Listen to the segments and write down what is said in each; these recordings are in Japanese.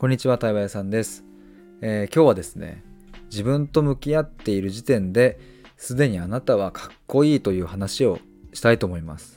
こんにちは、対話屋さんです。今日はですね、自分と向き合っている時点ですでにあなたはかっこいいという話をしたいと思います。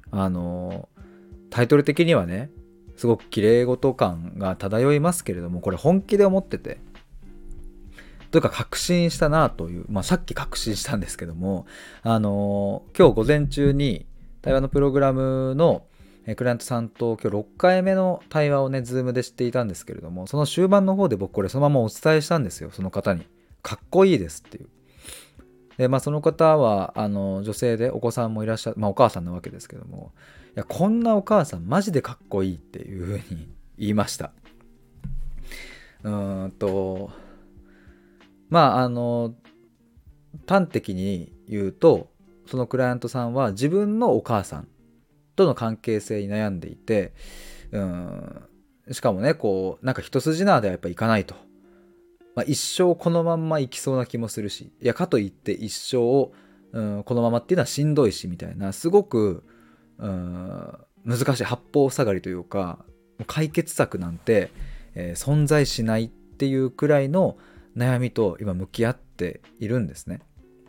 タイトル的にはね、すごく綺麗事感が漂いますけれども、これ本気で思ってて、というか確信したなという、さっき確信したんですけども、今日午前中に対話のプログラムのクライアントさんと今日6回目の対話をね、ズームでしていたんですけれども、その終盤の方で僕これそのままお伝えしたんですよ、その方に。かっこいいですっていう。で、その方は女性でお子さんもいらっしゃる、お母さんなわけですけども、いや、こんなお母さんマジでかっこいいっていうふうに言いました。端的に言うと、そのクライアントさんは自分のお母さんとの関係性に悩んでいて、しかもね、なんか一筋縄ではやっぱいかないと、一生このまんまいきそうな気もするし、いやかといって一生を、このままっていうのはしんどいしみたいな、すごく難しい八方塞がりというか、解決策なんて、存在しないっていうくらいの悩みと今向き合っているんですね。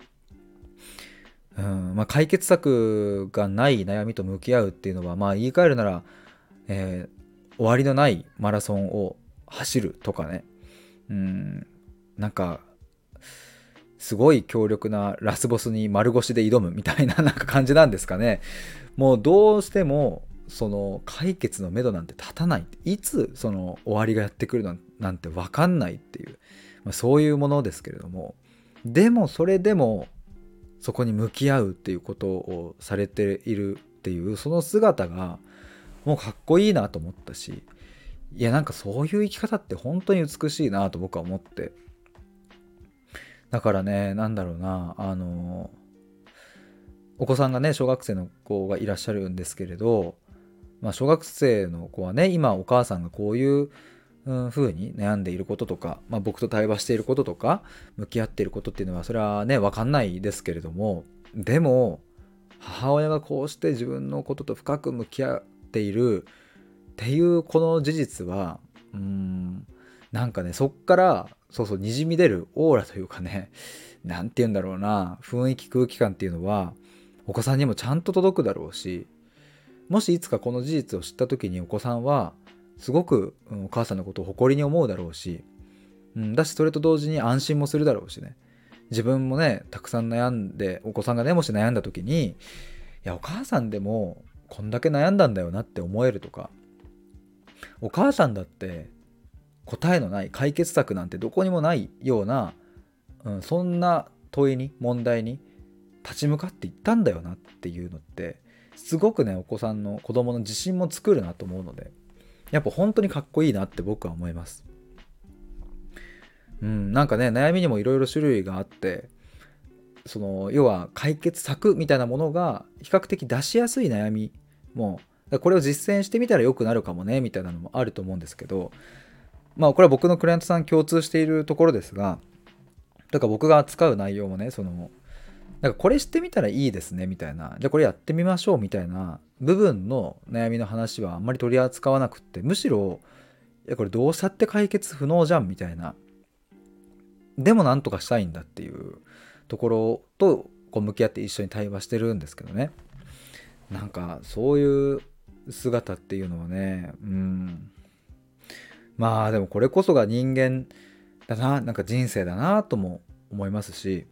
解決策がない悩みと向き合うっていうのは、言い換えるなら、終わりのないマラソンを走るとかね、なんかすごい強力なラスボスに丸腰で挑むみたいななんか感じなんですかね。もうどうしてもその解決のめどなんて立たない、いつその終わりがやってくるのなんて分かんないっていう、そういうものですけれども、でもそれでもそこに向き合うっていうことをされているっていうその姿がもうかっこいいなと思ったし、いやなんかそういう生き方って本当に美しいなと僕は思って、だからね、なんだろうな、お子さんがね小学生の子がいらっしゃるんですけれど、小学生の子はね、今お母さんがこういう風に悩んでいることとか、僕と対話していることとか向き合っていることっていうのはそれはね分かんないですけれども、でも母親がこうして自分のことと深く向き合っているっていうこの事実は、なんかね、そっからそうにじみ出るオーラというかね、なんて言うんだろうな、雰囲気空気感っていうのはお子さんにもちゃんと届くだろうし、もしいつかこの事実を知った時にお子さんはすごくお母さんのことを誇りに思うだろうし、だしそれと同時に安心もするだろうしね。自分もねたくさん悩んで、お子さんがねもし悩んだ時に、いやお母さんでもこんだけ悩んだんだよなって思えるとか、お母さんだって答えのない解決策なんてどこにもないような、そんな問いに問題に立ち向かっていったんだよなっていうのって、すごくねお子さんの子供の自信も作るなと思うので、やっぱ本当にかっこいいなって僕は思います。なんかね、悩みにもいろいろ種類があって、その要は解決策みたいなものが比較的出しやすい悩みも、これを実践してみたら良くなるかもねみたいなのもあると思うんですけど、これは僕のクライアントさん共通しているところですが、だから僕が扱う内容もね、なんかこれしてみたらいいですねみたいな、じゃあこれやってみましょうみたいな部分の悩みの話はあんまり取り扱わなくって、むしろいやこれどうしたって解決不能じゃんみたいな、でもなんとかしたいんだっていうところと向き合って一緒に対話してるんですけどね。なんかそういう姿っていうのはね、でもこれこそが人間だな、なんか人生だなとも思いますし、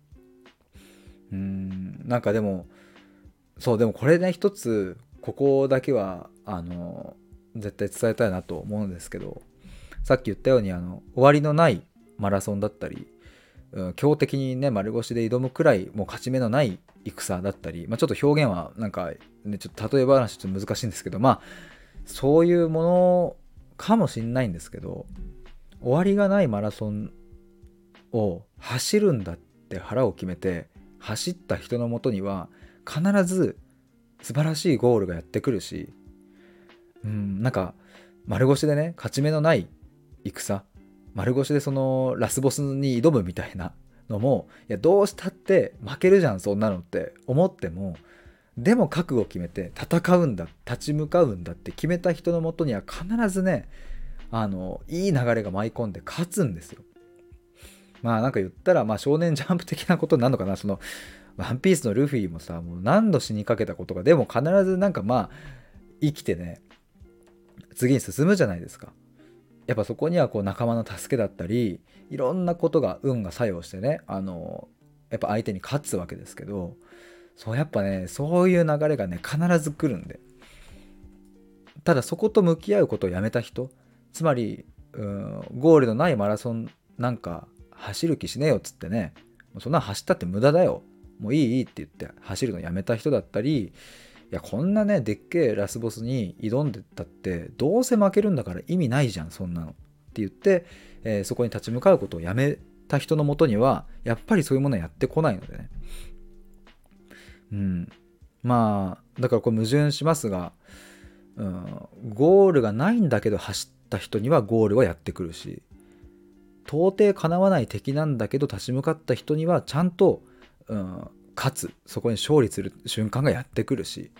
なんかでもでもこれね、一つここだけは絶対伝えたいなと思うんですけど、さっき言ったように終わりのないマラソンだったり、強敵にね丸腰で挑むくらいもう勝ち目のない戦だったり、ちょっと表現はなんか、ね、ちょっと例え話ちょっと難しいんですけど、そういうものかもしんないんですけど、終わりがないマラソンを走るんだって腹を決めて走った人のもとには必ず素晴らしいゴールがやってくるし、なんか丸腰でね勝ち目のない戦、丸腰でそのラスボスに挑むみたいなのも、いやどうしたって負けるじゃんそんなのって思っても、でも覚悟を決めて戦うんだ、立ち向かうんだって決めた人のもとには必ずねいい流れが舞い込んで勝つんですよ。まあなんか言ったら、まあ少年ジャンプ的なことになるのかな。そのワンピースのルフィもさ、もう何度死にかけたことが、でも必ずなんかまあ生きてね、次に進むじゃないですか。やっぱそこにはこう仲間の助けだったり、いろんなことが運が作用してね、やっぱ相手に勝つわけですけど、そうやっぱね、そういう流れがね必ず来るんで、ただそこと向き合うことをやめた人、つまりゴールのないマラソンなんか走る気しねえよっつってね、そんな走ったって無駄だよ、もういいって言って走るのやめた人だったり、いやこんなねでっけえラスボスに挑んでったってどうせ負けるんだから意味ないじゃんそんなのって言って、そこに立ち向かうことをやめた人のもとにはやっぱりそういうものはやってこないのでね。まあだからこれ矛盾しますが、ゴールがないんだけど走った人にはゴールはやってくるし、到底かなわない敵なんだけど立ち向かった人にはちゃんと、勝つ、そこに勝利する瞬間がやってくるし、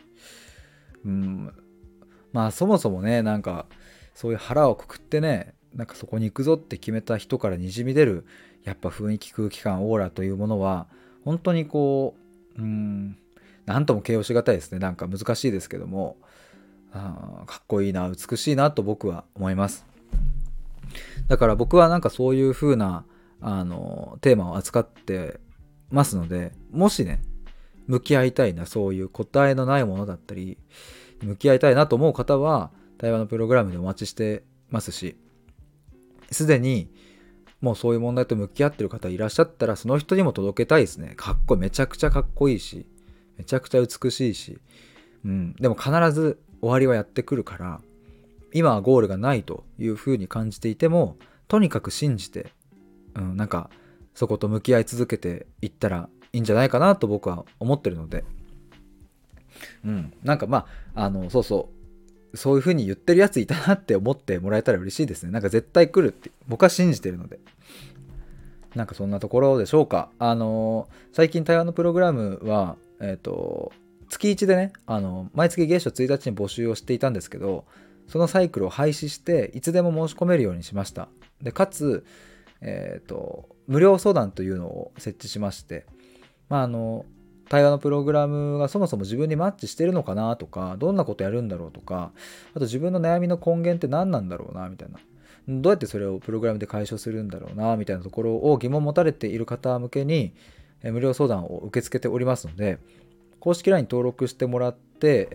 まあそもそもね、なんかそういう腹をくくってね、なんかそこに行くぞって決めた人からにじみ出るやっぱ雰囲気、空気感、オーラというものは本当にこう、なんとも形容しがたいですね。なんか難しいですけども、かっこいいな、美しいなと僕は思います。だから僕はなんかそういう風なテーマを扱ってますので、もしね向き合いたいな、そういう答えのないものだったり向き合いたいなと思う方は対話のプログラムでお待ちしてますし、すでにもうそういう問題と向き合ってる方いらっしゃったらその人にも届けたいですね。かっこいい、めちゃくちゃかっこいいし、めちゃくちゃ美しいし、でも必ず終わりはやってくるから、今はゴールがないというふうに感じていてもとにかく信じて、なんかそこと向き合い続けていったらいいんじゃないかなと僕は思ってるので、なんかまあそういうふうに言ってるやついたなって思ってもらえたら嬉しいですね。なんか絶対来るって僕は信じてるので、なんかそんなところでしょうか。最近対話のプログラムは月1でね、毎月月初1日に募集をしていたんですけど、そのサイクルを廃止していつでも申し込めるようにしました。でかつ、無料相談というのを設置しまして、対話のプログラムがそもそも自分にマッチしてるのかなとか、どんなことやるんだろうとか、あと自分の悩みの根源って何なんだろうなみたいな、どうやってそれをプログラムで解消するんだろうなみたいなところを疑問を持たれている方向けに無料相談を受け付けておりますので、公式 LINE 登録してもらって、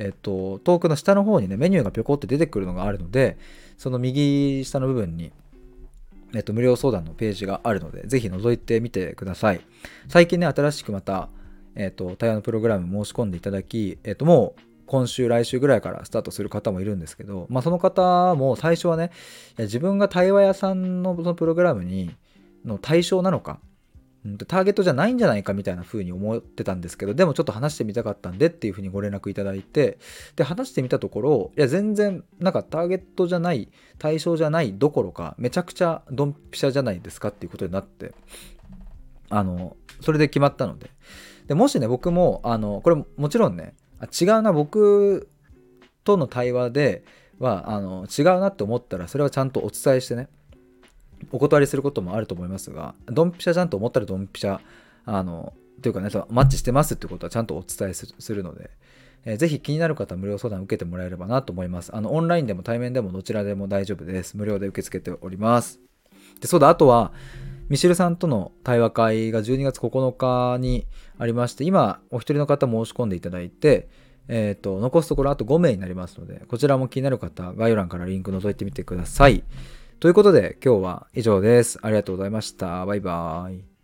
トークの下の方にねメニューがぴょこって出てくるのがあるので、その右下の部分に無料相談のページがあるので、ぜひ覗いてみてください。最近ね、新しくまた、対話のプログラム申し込んでいただき、もう今週来週ぐらいからスタートする方もいるんですけど、その方も最初はね、自分が対話屋さんのそのプログラムの対象なのか、ターゲットじゃないんじゃないかみたいな風に思ってたんですけど、でもちょっと話してみたかったんでっていう風にご連絡いただいて、で話してみたところ、いや全然なんかターゲットじゃない、対象じゃないどころかめちゃくちゃドンピシャじゃないですかっていうことになって、それで決まったので、もしね僕もこれもちろんね、違うな、僕との対話では違うなって思ったらそれはちゃんとお伝えしてね、お断りすることもあると思いますが、ドンピシャじゃんと思ったらドンピシャというかね、マッチしてますってことはちゃんとお伝えするので、ぜひ気になる方は無料相談を受けてもらえればなと思います。オンラインでも対面でもどちらでも大丈夫です。無料で受け付けております。で、そうだ、あとはミシェルさんとの対話会が12月9日にありまして、今お一人の方申し込んでいただいて、残すところあと5名になりますので、こちらも気になる方概要欄からリンク覗いてみてください。ということで今日は以上です。ありがとうございました。バイバーイ。